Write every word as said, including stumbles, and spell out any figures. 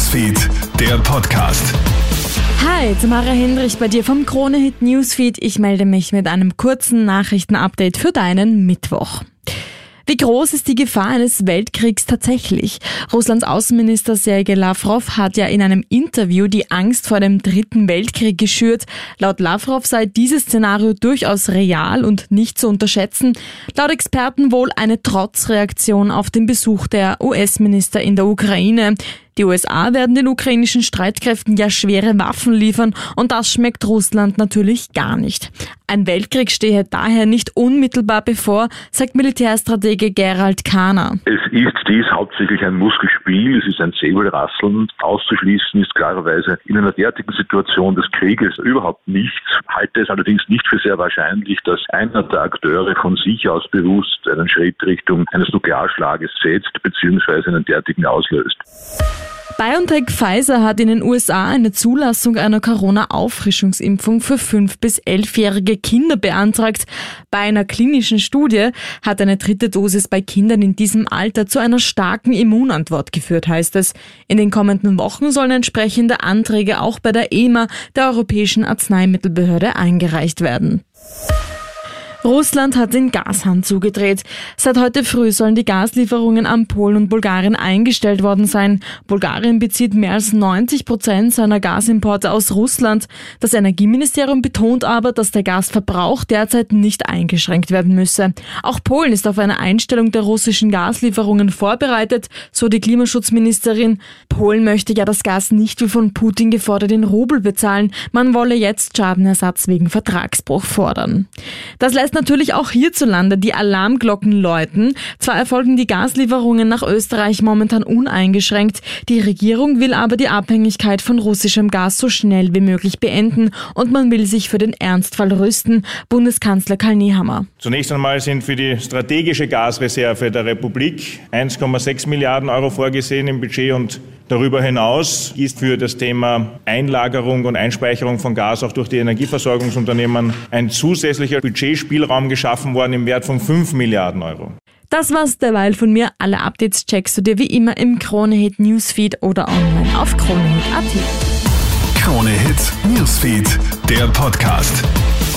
Newsfeed, der Podcast. Hi, Tamara Hendrich bei dir vom Krone-Hit Newsfeed. Ich melde mich mit einem kurzen Nachrichtenupdate für deinen Mittwoch. Wie groß ist die Gefahr eines Weltkriegs tatsächlich? Russlands Außenminister Sergei Lavrov hat ja in einem Interview die Angst vor dem Dritten Weltkrieg geschürt. Laut Lavrov sei dieses Szenario durchaus real und nicht zu unterschätzen. Laut Experten wohl eine Trotzreaktion auf den Besuch der U S-Minister in der Ukraine. Die U S A werden den ukrainischen Streitkräften ja schwere Waffen liefern und das schmeckt Russland natürlich gar nicht. Ein Weltkrieg stehe daher nicht unmittelbar bevor, sagt Militärstratege Gerald Kahner. Es ist dies hauptsächlich ein Muskelspiel, es ist ein Säbelrasseln. Auszuschließen ist klarerweise in einer derartigen Situation des Krieges überhaupt nichts. Halte es allerdings nicht für sehr wahrscheinlich, dass einer der Akteure von sich aus bewusst einen Schritt Richtung eines Nuklearschlages setzt bzw. einen derartigen auslöst. BioNTech Pfizer hat in den U S A eine Zulassung einer Corona-Auffrischungsimpfung für fünf- bis elfjährige Kinder beantragt. Bei einer klinischen Studie hat eine dritte Dosis bei Kindern in diesem Alter zu einer starken Immunantwort geführt, heißt es. In den kommenden Wochen sollen entsprechende Anträge auch bei der E M A, der Europäischen Arzneimittelbehörde, eingereicht werden. Russland hat den Gashahn zugedreht. Seit heute früh sollen die Gaslieferungen an Polen und Bulgarien eingestellt worden sein. Bulgarien bezieht mehr als neunzig Prozent seiner Gasimporte aus Russland. Das Energieministerium betont aber, dass der Gasverbrauch derzeit nicht eingeschränkt werden müsse. Auch Polen ist auf eine Einstellung der russischen Gaslieferungen vorbereitet, so die Klimaschutzministerin. Polen möchte ja das Gas nicht wie von Putin gefordert in Rubel bezahlen. Man wolle jetzt Schadenersatz wegen Vertragsbruch fordern. Das lässt natürlich auch hierzulande die Alarmglocken läuten. Zwar erfolgen die Gaslieferungen nach Österreich momentan uneingeschränkt, die Regierung will aber die Abhängigkeit von russischem Gas so schnell wie möglich beenden und man will sich für den Ernstfall rüsten. Bundeskanzler Karl Nehammer. Zunächst einmal sind für die strategische Gasreserve der Republik eins Komma sechs Milliarden Euro vorgesehen im Budget und darüber hinaus ist für das Thema Einlagerung und Einspeicherung von Gas auch durch die Energieversorgungsunternehmen ein zusätzlicher Budgetspielraum geschaffen worden im Wert von fünf Milliarden Euro. Das war's derweil von mir. Alle Updates checkst du dir wie immer im Krone-Hit Newsfeed oder online auf kronehit punkt at. Krone-Hit Newsfeed, der Podcast.